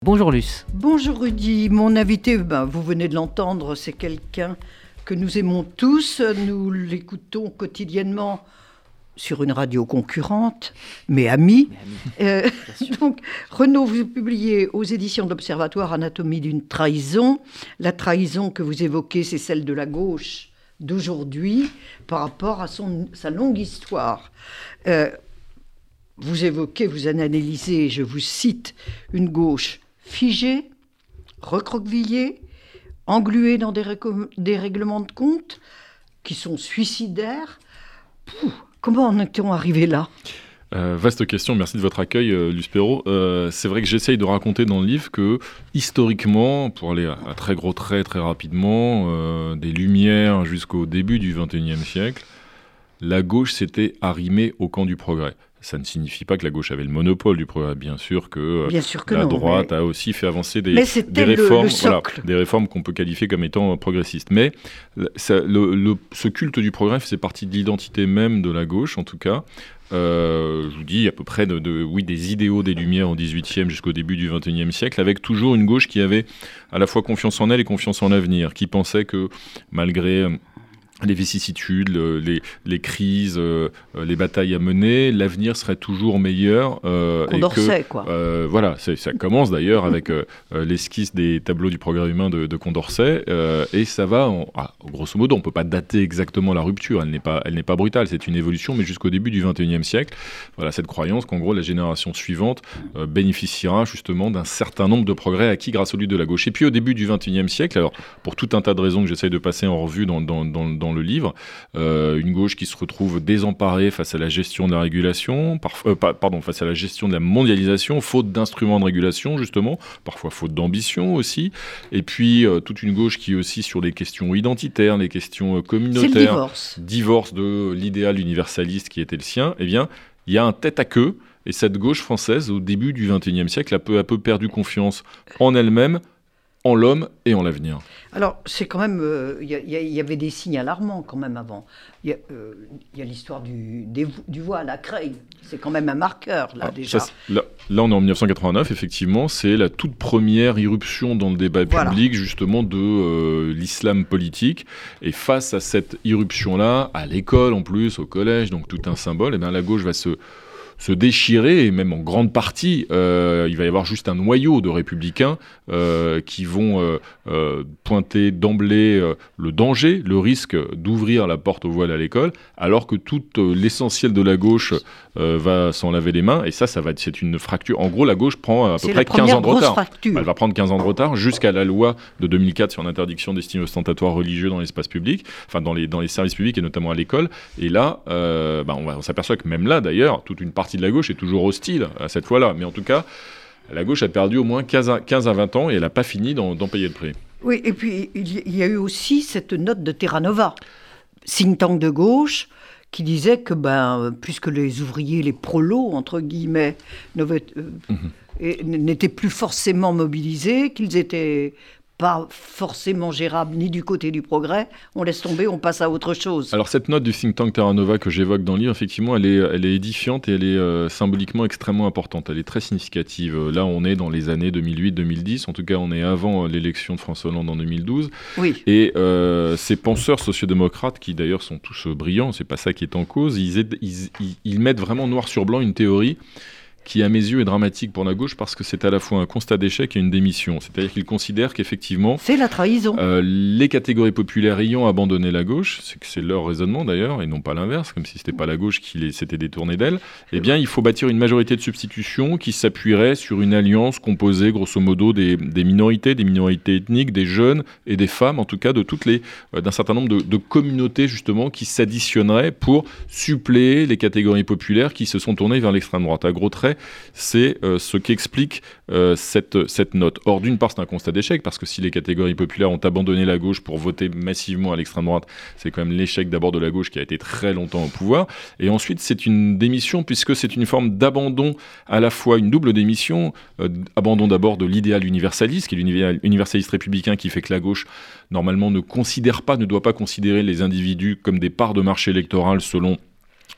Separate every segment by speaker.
Speaker 1: Bonjour Luce.
Speaker 2: Bonjour Rudy, mon invité, vous venez de l'entendre, c'est quelqu'un que nous aimons tous, nous l'écoutons quotidiennement sur une radio concurrente, mais amie. Donc, Renaud, vous publiez aux éditions de l'Observatoire Anatomie d'une trahison. La trahison que vous évoquez, c'est celle de la gauche d'aujourd'hui par rapport à sa longue histoire. Vous évoquez, vous analysez, je vous cite, une gauche figée, recroquevillée, engluée dans des règlements de compte qui sont suicidaires. Comment en est-on arrivé là ?
Speaker 3: Vaste question, merci de votre accueil, Luce Perrault. C'est vrai que j'essaye de raconter dans le livre que, historiquement, pour aller à très gros traits, très rapidement, des Lumières jusqu'au début du XXIe siècle, la gauche s'était arrimée au camp du progrès. Ça ne signifie pas que la gauche avait le monopole du progrès. Bien sûr que la droite a aussi fait avancer des réformes, des réformes qu'on peut qualifier comme étant progressistes. Mais ce culte du progrès faisait partie de l'identité même de la gauche, en tout cas. Je vous dis à peu près des idéaux des Lumières au XVIIIe jusqu'au début du XXIe siècle, avec toujours une gauche qui avait à la fois confiance en elle et confiance en l'avenir, qui pensait que malgré les vicissitudes, les crises, les batailles à mener, l'avenir serait toujours meilleur.
Speaker 2: Condorcet, quoi.
Speaker 3: Voilà, ça commence d'ailleurs avec l'esquisse des tableaux du progrès humain de Condorcet, et ça va, grosso modo, on ne peut pas dater exactement la rupture, elle n'est pas brutale, c'est une évolution, mais jusqu'au début du XXIe siècle, voilà, cette croyance qu'en gros la génération suivante bénéficiera justement d'un certain nombre de progrès acquis grâce au lutte de la gauche. Et puis au début du XXIe siècle, alors pour tout un tas de raisons que j'essaye de passer en revue dans le livre, une gauche qui se retrouve désemparée face à la gestion de la régulation, face à la gestion de la mondialisation, faute d'instruments de régulation justement, parfois faute d'ambition aussi, et puis toute une gauche qui est aussi sur les questions identitaires, les questions communautaires, divorce de l'idéal universaliste qui était le sien. Eh bien, il y a un tête-à-queue, et cette gauche française, au début du XXIe siècle, a peu à peu perdu confiance en elle-même, en l'homme et en l'avenir.
Speaker 2: Alors, c'est quand même... Il y avait des signes alarmants quand même avant. Il y a l'histoire du voile à Creil. C'est quand même un marqueur, là, déjà.
Speaker 3: Là, on est en 1989, effectivement. C'est la toute première irruption dans le débat public, justement, de l'islam politique. Et face à cette irruption-là, à l'école en plus, au collège, donc tout un symbole, la gauche va se déchirer, et même en grande partie, il va y avoir juste un noyau de républicains qui vont pointer d'emblée le danger, le risque d'ouvrir la porte au voile à l'école, alors que tout l'essentiel de la gauche va s'en laver les mains, et c'est une fracture. En gros, la gauche prend à peu près 15 ans de retard. Elle va prendre 15 ans de retard jusqu'à la loi de 2004 sur l'interdiction des signes ostentatoires religieux dans l'espace public, enfin dans les services publics et notamment à l'école. Et là, on s'aperçoit que même là, d'ailleurs, toute une partie de la gauche est toujours hostile à cette fois-là. Mais en tout cas, la gauche a perdu au moins 15 à 20 ans et elle n'a pas fini d'en payer le prix.
Speaker 2: Oui, et puis il y a eu aussi cette note de Terra Nova, think tank de gauche, qui disait que puisque les ouvriers, les prolos, entre guillemets, n'étaient plus forcément mobilisés, qu'ils étaient pas forcément gérable ni du côté du progrès, on laisse tomber, on passe à autre chose.
Speaker 3: Alors cette note du think tank Terra Nova que j'évoque dans le livre, effectivement, elle est édifiante et elle est symboliquement extrêmement importante. Elle est très significative. Là, on est dans les années 2008-2010, en tout cas, on est avant l'élection de François Hollande en 2012.
Speaker 2: Oui.
Speaker 3: Et ces penseurs sociodémocrates, qui d'ailleurs sont tous brillants, c'est pas ça qui est en cause, ils mettent vraiment noir sur blanc une théorie qui, à mes yeux, est dramatique pour la gauche parce que c'est à la fois un constat d'échec et une démission. C'est-à-dire qu'ils considèrent qu'effectivement...
Speaker 2: C'est la trahison.
Speaker 3: Les catégories populaires ayant abandonné la gauche, c'est leur raisonnement d'ailleurs, et non pas l'inverse, comme si c'était pas la gauche qui s'était détournée d'elle, eh bien, il faut bâtir une majorité de substitution qui s'appuierait sur une alliance composée, grosso modo, des minorités ethniques, des jeunes et des femmes, en tout cas, d'un certain nombre de communautés, justement, qui s'additionneraient pour suppléer les catégories populaires qui se sont tournées vers l'extrême droite. À gros traits, c'est ce qu'explique cette note. Or, d'une part, c'est un constat d'échec, parce que si les catégories populaires ont abandonné la gauche pour voter massivement à l'extrême droite, c'est quand même l'échec d'abord de la gauche qui a été très longtemps au pouvoir. Et ensuite, c'est une démission, puisque c'est une forme d'abandon, à la fois une double démission, abandon d'abord de l'idéal universaliste, qui est l'idéal universaliste républicain qui fait que la gauche, normalement, ne doit pas considérer les individus comme des parts de marché électoral selon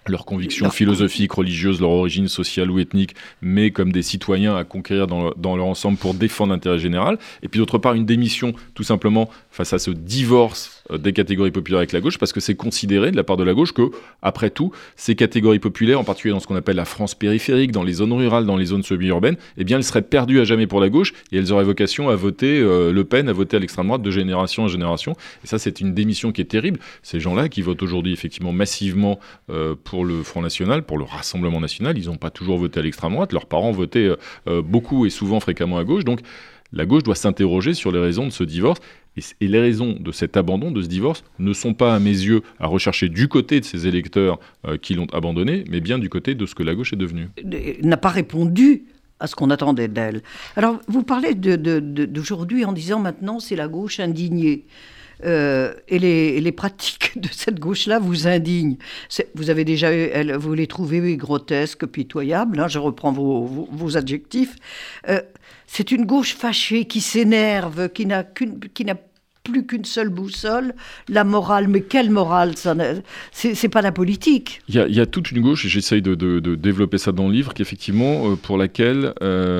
Speaker 3: leurs convictions philosophiques, religieuses, leur origine sociale ou ethnique, mais comme des citoyens à conquérir dans leur ensemble pour défendre l'intérêt général. Et puis d'autre part, une démission, tout simplement, face à ce divorce des catégories populaires avec la gauche, parce que c'est considéré de la part de la gauche que, après tout, ces catégories populaires, en particulier dans ce qu'on appelle la France périphérique, dans les zones rurales, dans les zones semi-urbaines, eh bien, elles seraient perdues à jamais pour la gauche, et elles auraient vocation à voter Le Pen, à voter à l'extrême droite de génération en génération. Et ça, c'est une démission qui est terrible. Ces gens-là qui votent aujourd'hui, effectivement, massivement pour le Front National, pour le Rassemblement National, ils n'ont pas toujours voté à l'extrême droite, leurs parents votaient beaucoup et souvent fréquemment à gauche, donc la gauche doit s'interroger sur les raisons de ce divorce, et les raisons de cet abandon, de ce divorce, ne sont pas à mes yeux à rechercher du côté de ces électeurs qui l'ont abandonné, mais bien du côté de ce que la gauche est devenue.
Speaker 2: N'a pas répondu à ce qu'on attendait d'elle. Alors, vous parlez d'aujourd'hui en disant maintenant c'est la gauche indignée. Et les pratiques de cette gauche-là vous indignent. Vous avez déjà vous les trouvez grotesques, pitoyables, hein, je reprends vos adjectifs. C'est une gauche fâchée qui s'énerve, qui n'a plus qu'une seule boussole, la morale. Mais quelle morale ça, c'est pas la politique.
Speaker 3: Il y a toute une gauche, et j'essaye de développer ça dans le livre, qu'effectivement, pour laquelle,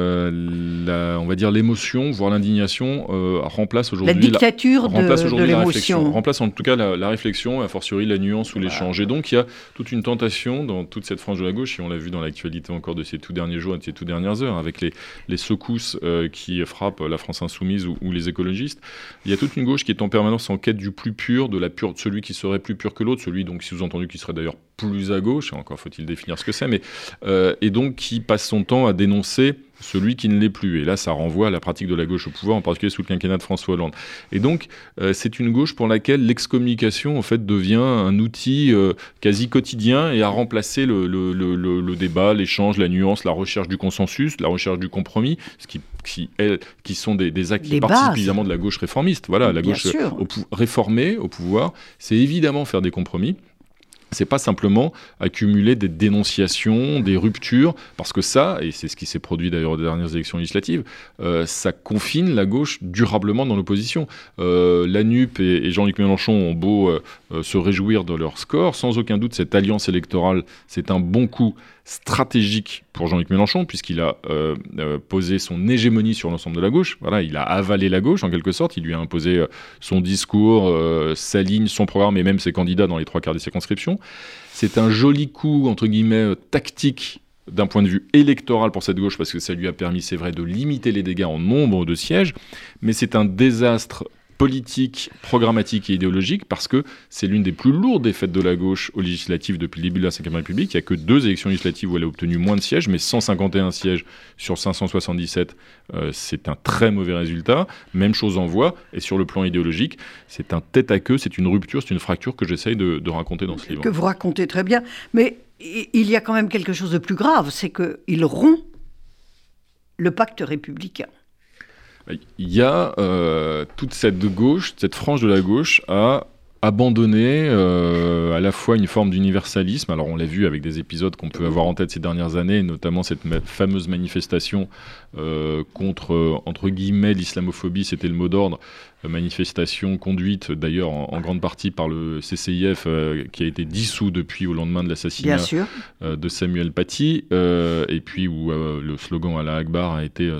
Speaker 3: on va dire, l'émotion, voire l'indignation, remplace aujourd'hui...
Speaker 2: La dictature de l'émotion.
Speaker 3: Remplace en tout cas la réflexion, a fortiori la nuance ou l'échange. Et donc, il y a toute une tentation dans toute cette frange de la gauche, et on l'a vu dans l'actualité encore de ces tout derniers jours et de ces tout dernières heures, avec les secousses qui frappent la France insoumise ou les écologistes. Il y a toute une gauche qui est en permanence en quête du plus pur, de celui qui serait plus pur que l'autre, celui donc sous-entendu qui serait d'ailleurs plus à gauche, encore faut-il définir ce que c'est, mais et donc qui passe son temps à dénoncer celui qui ne l'est plus. Et là, ça renvoie à la pratique de la gauche au pouvoir, en particulier sous le quinquennat de François Hollande. Et donc, c'est une gauche pour laquelle l'excommunication, en fait, devient un outil quasi quotidien et a remplacé le débat, l'échange, la nuance, la recherche du consensus, la recherche du compromis, qui sont des actes qui participent évidemment de la gauche réformiste. Voilà, la gauche réformée au pouvoir, c'est évidemment faire des compromis. C'est pas simplement accumuler des dénonciations, des ruptures, parce que ça, et c'est ce qui s'est produit d'ailleurs aux dernières élections législatives, ça confine la gauche durablement dans l'opposition. La NUP et Jean-Luc Mélenchon ont beau se réjouir de leur score, sans aucun doute cette alliance électorale, c'est un bon coup stratégique pour Jean-Luc Mélenchon, puisqu'il a posé son hégémonie sur l'ensemble de la gauche. Voilà, il a avalé la gauche en quelque sorte, il lui a imposé son discours, sa ligne, son programme et même ses candidats dans les 3/4 des circonscriptions. C'est un joli coup, entre guillemets, tactique d'un point de vue électoral pour cette gauche, parce que ça lui a permis, c'est vrai, de limiter les dégâts en nombre de sièges, mais c'est un désastre politique, programmatique et idéologique, parce que c'est l'une des plus lourdes défaites de la gauche aux législatives depuis le début de la Ve République. Il n'y a que 2 élections législatives où elle a obtenu moins de sièges, mais 151 sièges sur 577, c'est un très mauvais résultat. Même chose en voix, et sur le plan idéologique, c'est un tête-à-queue, c'est une rupture, c'est une fracture que j'essaye de raconter dans ce livre.
Speaker 2: Que vous racontez très bien, mais il y a quand même quelque chose de plus grave, c'est qu'il rompt le pacte républicain.
Speaker 3: Il y a toute cette gauche, cette frange de la gauche a abandonné à la fois une forme d'universalisme. Alors on l'a vu avec des épisodes qu'on peut avoir en tête ces dernières années, notamment cette fameuse manifestation contre, entre guillemets, l'islamophobie, c'était le mot d'ordre, manifestation conduite d'ailleurs en grande partie par le CCIF qui a été dissous depuis au lendemain de l'assassinat de Samuel Paty, et puis où le slogan Allah Akbar a été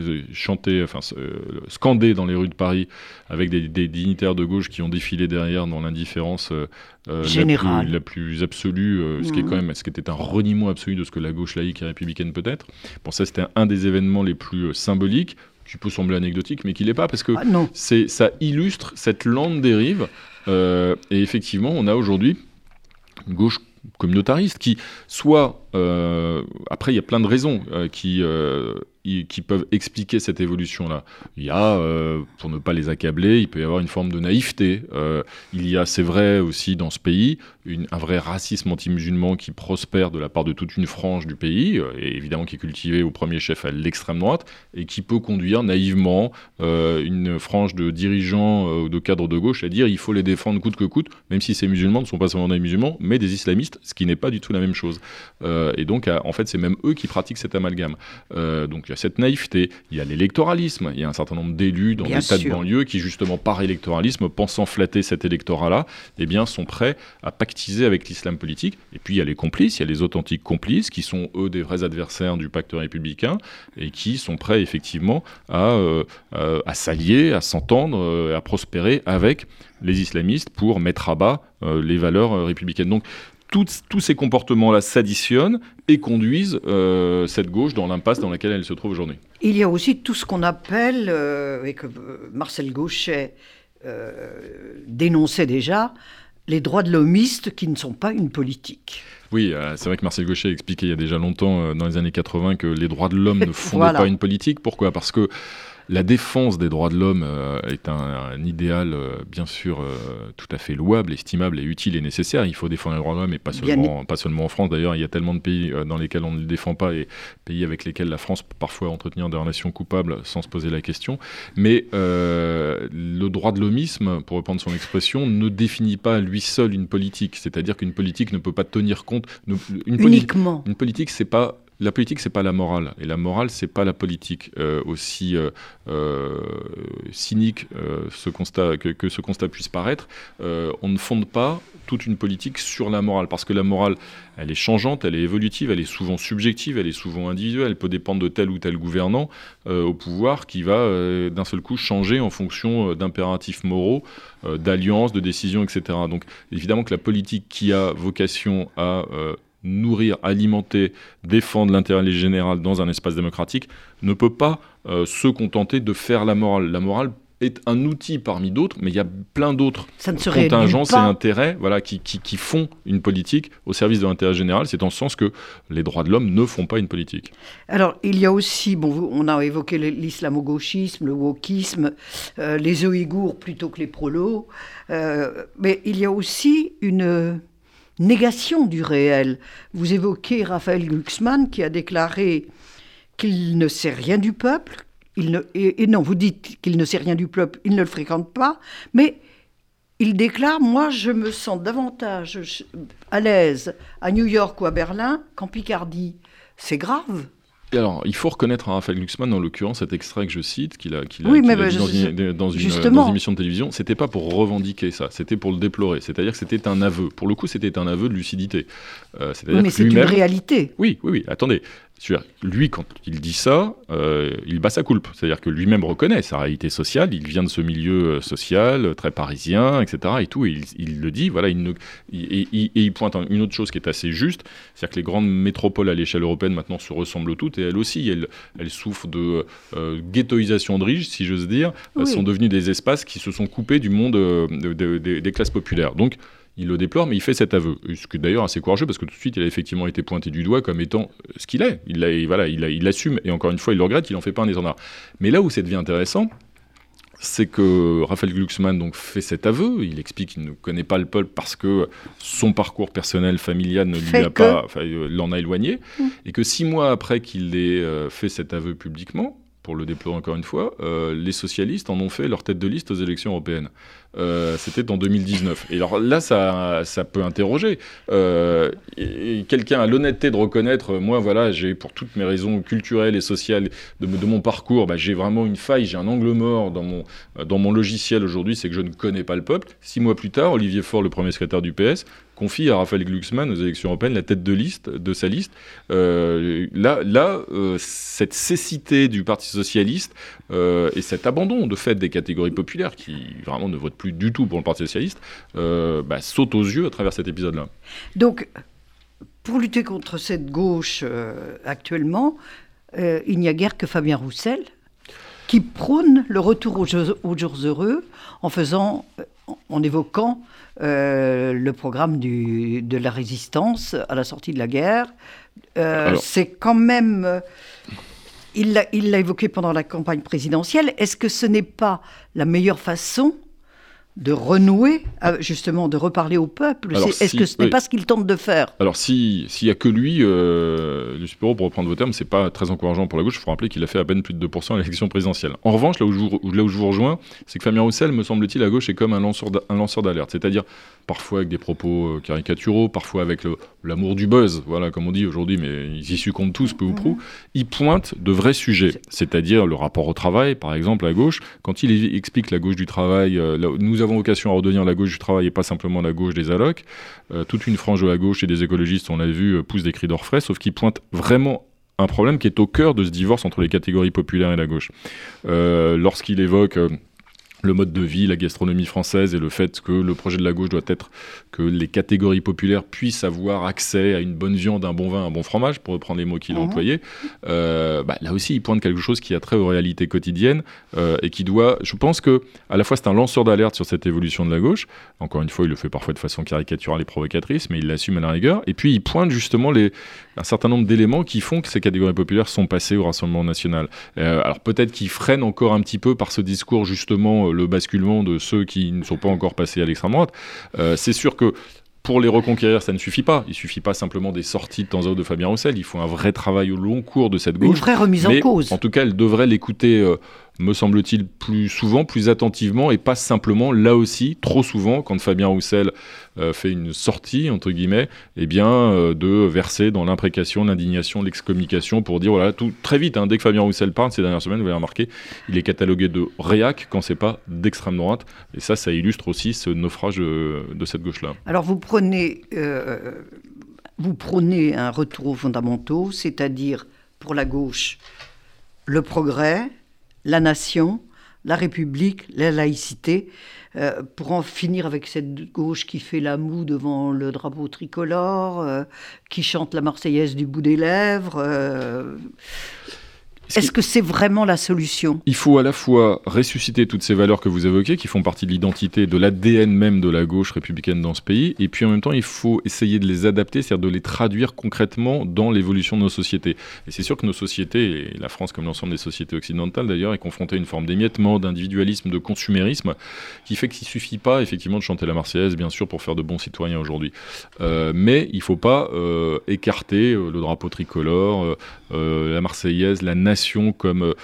Speaker 3: scandé dans les rues de Paris avec des dignitaires de gauche qui ont défilé derrière dans l'indifférence la plus absolue, ce qui était un reniement absolu de ce que la gauche laïque et républicaine peut être. Bon, ça c'était un des événements les plus symboliques, qui peut sembler anecdotique, mais qui l'est pas, parce que ça illustre cette lente dérive. Et effectivement, on a aujourd'hui une gauche communautariste qui, soit... après, il y a plein de raisons qui peuvent expliquer cette évolution-là. Il y a, pour ne pas les accabler, il peut y avoir une forme de naïveté. Il y a, c'est vrai aussi dans ce pays, un vrai racisme anti-musulman qui prospère de la part de toute une frange du pays, et évidemment qui est cultivé au premier chef à l'extrême droite, et qui peut conduire naïvement une frange de dirigeants ou de cadres de gauche à dire il faut les défendre coûte que coûte, même si ces musulmans ne sont pas seulement des musulmans, mais des islamistes, ce qui n'est pas du tout la même chose. Et donc, en fait, c'est même eux qui pratiquent cet amalgame. Donc, a cette naïveté, il y a l'électoralisme, il y a un certain nombre d'élus dans des tas de banlieues qui, justement, par électoralisme, pensant flatter cet électorat-là, eh bien, sont prêts à pactiser avec l'islam politique. Et puis, il y a les complices, il y a les authentiques complices, qui sont, eux, des vrais adversaires du pacte républicain, et qui sont prêts, effectivement, à s'allier, à s'entendre, à prospérer avec les islamistes pour mettre à bas les valeurs républicaines. Donc, tous ces comportements-là s'additionnent et conduisent cette gauche dans l'impasse dans laquelle elle se trouve aujourd'hui.
Speaker 2: Il y a aussi tout ce qu'on appelle, et que Marcel Gauchet dénonçait déjà, les droits de l'homiste qui ne sont pas une politique.
Speaker 3: Oui, c'est vrai que Marcel Gauchet expliquait il y a déjà longtemps, dans les années 80, que les droits de l'homme ne fondaient pas une politique. Pourquoi ? Parce que la défense des droits de l'homme est un idéal, bien sûr, tout à fait louable, estimable et utile et nécessaire. Il faut défendre les droits de l'homme, et pas seulement en France. D'ailleurs, il y a tellement de pays dans lesquels on ne le défend pas, et pays avec lesquels la France peut parfois entretenir des relations coupables sans se poser la question. Mais le droit de l'homisme, pour reprendre son expression, ne définit pas à lui seul une politique. C'est-à-dire qu'une politique ne peut pas tenir compte...
Speaker 2: Uniquement.
Speaker 3: Une politique, c'est pas... La politique, c'est pas la morale, et la morale, c'est pas la politique. Aussi cynique que ce constat puisse paraître, on ne fonde pas toute une politique sur la morale, parce que la morale, elle est changeante, elle est évolutive, elle est souvent subjective, elle est souvent individuelle, elle peut dépendre de tel ou tel gouvernant au pouvoir qui va d'un seul coup changer en fonction d'impératifs moraux, d'alliances, de décisions, etc. Donc évidemment que la politique qui a vocation à nourrir, alimenter, défendre l'intérêt général dans un espace démocratique, ne peut pas se contenter de faire la morale. La morale est un outil parmi d'autres, mais il y a plein d'autres contingences et intérêts qui font une politique au service de l'intérêt général. C'est dans ce sens que les droits de l'homme ne font pas une politique.
Speaker 2: Alors, il y a aussi, on a évoqué l'islamo-gauchisme, le wokisme, les Ouïghours plutôt que les prolos, mais il y a aussi une négation du réel. Vous évoquez Raphaël Glucksmann qui a déclaré qu'il ne sait rien du peuple. Non, vous dites qu'il ne sait rien du peuple, il ne le fréquente pas, mais il déclare « Moi, je me sens davantage à l'aise à New York ou à Berlin qu'en Picardie ». C'est grave.
Speaker 3: Et alors, il faut reconnaître à Raphaël Glucksmann, en l'occurrence, cet extrait que je cite, qu'il a dit dans une émission de télévision, c'était pas pour revendiquer ça, c'était pour le déplorer. C'est-à-dire que c'était un aveu. Pour le coup, c'était un aveu de lucidité.
Speaker 2: Mais c'est une réalité.
Speaker 3: Oui, attendez. Lui, quand il dit ça, il bat sa coulpe. C'est-à-dire que lui-même reconnaît sa réalité sociale. Il vient de ce milieu social, très parisien, etc. Et tout. Et il le dit. Voilà, il pointe une autre chose qui est assez juste. C'est-à-dire que les grandes métropoles à l'échelle européenne maintenant se ressemblent toutes. Et elles aussi, elles souffrent de ghettoisation de riches, si j'ose dire. Oui. Sont devenues des espaces qui se sont coupés du monde des classes populaires. Donc, il le déplore, mais il fait cet aveu. Ce qui est d'ailleurs assez courageux, parce que tout de suite, il a effectivement été pointé du doigt comme étant ce qu'il est. Il l'assume, et encore une fois, il le regrette, il n'en fait pas un étendard. Mais là où ça devient intéressant, c'est que Raphaël Glucksmann donc, fait cet aveu. Il explique qu'il ne connaît pas le peuple parce que son parcours personnel, familial, l'en a éloigné. Et que 6 mois après qu'il ait fait cet aveu publiquement, pour le déplorer encore une fois, les socialistes en ont fait leur tête de liste aux élections européennes. C'était en 2019. Et alors là, ça peut interroger. Et quelqu'un a l'honnêteté de reconnaître, moi, voilà, j'ai pour toutes mes raisons culturelles et sociales de mon parcours, j'ai vraiment une faille, j'ai un angle mort dans mon logiciel aujourd'hui, c'est que je ne connais pas le peuple. 6 mois plus tard, Olivier Faure, le premier secrétaire du PS, confie à Raphaël Glucksmann aux élections européennes la tête de sa liste. Cette cécité du Parti socialiste et cet abandon de fait des catégories populaires qui vraiment ne votent plus du tout pour le Parti socialiste saute aux yeux à travers cet épisode-là.
Speaker 2: Donc, pour lutter contre cette gauche actuellement, il n'y a guère que Fabien Roussel qui prône le retour aux jours heureux en évoquant le programme de la résistance à la sortie de la guerre. C'est quand même... Il l'a évoqué pendant la campagne présidentielle. Est-ce que ce n'est pas la meilleure façon de renouer, justement, de reparler au peuple? Est-ce que ce n'est pas ce qu'il tente de faire?
Speaker 3: Alors, s'il n'y a que lui, Lucie Perrault, pour reprendre vos termes, c'est pas très encourageant pour la gauche. Il faut rappeler qu'il a fait à peine plus de 2% à l'élection présidentielle. En revanche, là où je vous rejoins, c'est que Fabien Roussel, me semble-t-il, à gauche, est comme un lanceur d'alerte. C'est-à-dire, parfois avec des propos caricaturaux, parfois avec l'amour du buzz, voilà, comme on dit aujourd'hui, mais ils y succombent tous, peu ou prou. Il pointe de vrais sujets, c'est-à-dire le rapport au travail, par exemple, à gauche. Quand il explique la gauche du travail, nous avons vocation à redevenir la gauche du travail et pas simplement la gauche des allocs. Toute une frange de la gauche et des écologistes, on l'a vu, pousse des cris d'orfraie, sauf qu'il pointe vraiment un problème qui est au cœur de ce divorce entre les catégories populaires et la gauche. Lorsqu'il évoque le mode de vie, la gastronomie française et le fait que le projet de la gauche doit être que les catégories populaires puissent avoir accès à une bonne viande, un bon vin, un bon fromage, pour reprendre les mots qu'il a employés. Là aussi, il pointe quelque chose qui a trait aux réalités quotidiennes et qui doit... Je pense que à la fois, c'est un lanceur d'alerte sur cette évolution de la gauche. Encore une fois, il le fait parfois de façon caricaturale et provocatrice, mais il l'assume à la rigueur. Et puis, il pointe justement un certain nombre d'éléments qui font que ces catégories populaires sont passées au Rassemblement national. Alors peut-être qu'il freine encore un petit peu par ce discours, justement, le basculement de ceux qui ne sont pas encore passés à l'extrême droite. C'est sûr que pour les reconquérir, ça ne suffit pas. Il ne suffit pas simplement des sorties de temps à autre de Fabien Roussel. Il faut un vrai travail au long cours de cette gauche.
Speaker 2: Une vraie remise en cause.
Speaker 3: En tout cas, elle devrait l'écouter, me semble-t-il, plus souvent, plus attentivement, et pas simplement, là aussi, trop souvent, quand Fabien Roussel fait une sortie, entre guillemets, de verser dans l'imprécation, l'indignation, l'excommunication, pour dire, voilà, tout très vite, dès que Fabien Roussel parle, ces dernières semaines, vous avez remarqué, il est catalogué de réac quand c'est pas d'extrême droite, et ça illustre aussi ce naufrage de cette gauche-là.
Speaker 2: Alors vous prônez un retour aux fondamentaux, c'est-à-dire, pour la gauche, le progrès, la nation, la République, la laïcité, pour en finir avec cette gauche qui fait la moue devant le drapeau tricolore, qui chante la Marseillaise du bout des lèvres. Est-ce que c'est vraiment la solution ?
Speaker 3: Il faut à la fois ressusciter toutes ces valeurs que vous évoquez, qui font partie de l'identité, de l'ADN même de la gauche républicaine dans ce pays, et puis en même temps, il faut essayer de les adapter, c'est-à-dire de les traduire concrètement dans l'évolution de nos sociétés. Et c'est sûr que nos sociétés, et la France comme l'ensemble des sociétés occidentales d'ailleurs, est confrontée à une forme d'émiettement, d'individualisme, de consumérisme, qui fait qu'il ne suffit pas effectivement de chanter la Marseillaise, bien sûr, pour faire de bons citoyens aujourd'hui. Mais il ne faut pas écarter le drapeau tricolore, la Marseillaise, la nation comme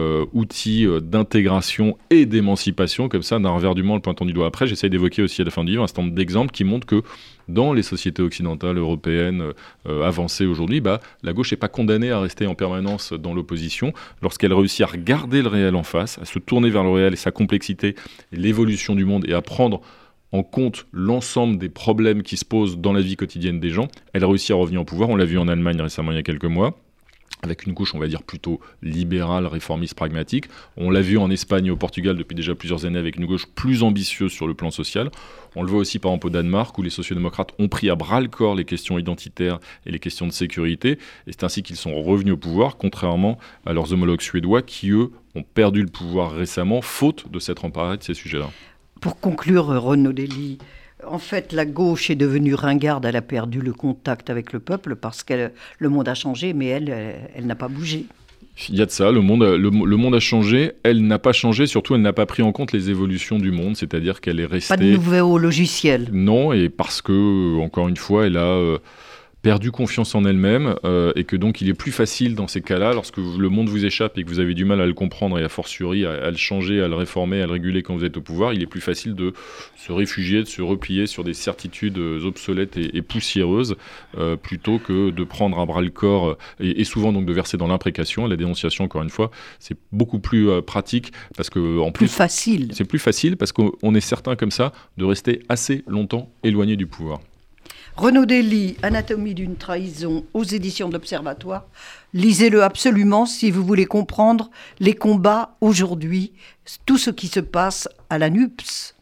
Speaker 3: outil d'intégration et d'émancipation, comme ça, d'un revers du manche, le pointant du doigt. Après, j'essaie d'évoquer aussi à la fin du livre un certain nombre d'exemples qui montrent que dans les sociétés occidentales, européennes, avancées aujourd'hui, la gauche n'est pas condamnée à rester en permanence dans l'opposition. Lorsqu'elle réussit à regarder le réel en face, à se tourner vers le réel et sa complexité, et l'évolution du monde, et à prendre en compte l'ensemble des problèmes qui se posent dans la vie quotidienne des gens, elle réussit à revenir au pouvoir. On l'a vu en Allemagne récemment, il y a quelques mois, avec une gauche, on va dire, plutôt libérale, réformiste, pragmatique. On l'a vu en Espagne et au Portugal depuis déjà plusieurs années, avec une gauche plus ambitieuse sur le plan social. On le voit aussi, par exemple, au Danemark, où les sociodémocrates ont pris à bras-le-corps les questions identitaires et les questions de sécurité. Et c'est ainsi qu'ils sont revenus au pouvoir, contrairement à leurs homologues suédois, qui, eux, ont perdu le pouvoir récemment, faute de s'être emparés de ces sujets-là.
Speaker 2: Pour conclure, Renaud Dely, en fait, la gauche est devenue ringarde, elle a perdu le contact avec le peuple parce que le monde a changé, mais elle n'a pas bougé.
Speaker 3: Il y a de ça, le monde a changé, elle n'a pas changé, surtout elle n'a pas pris en compte les évolutions du monde, c'est-à-dire qu'elle est restée...
Speaker 2: Pas de nouveau logiciel.
Speaker 3: Non, et parce que, encore une fois, elle a... perdu confiance en elle-même et que donc il est plus facile dans ces cas-là, lorsque le monde vous échappe et que vous avez du mal à le comprendre et a fortiori à le changer, à le réformer, à le réguler quand vous êtes au pouvoir, il est plus facile de se réfugier, de se replier sur des certitudes obsolètes et poussiéreuses plutôt que de prendre à bras le corps et souvent donc de verser dans l'imprécation. La dénonciation, encore une fois, c'est beaucoup plus pratique parce que en plus
Speaker 2: facile.
Speaker 3: C'est plus facile parce qu'on est certain comme ça de rester assez longtemps éloigné du pouvoir.
Speaker 2: Renaud Dely, Anatomie d'une trahison, aux éditions de l'Observatoire. Lisez-le absolument si vous voulez comprendre les combats aujourd'hui, tout ce qui se passe à la NUPES.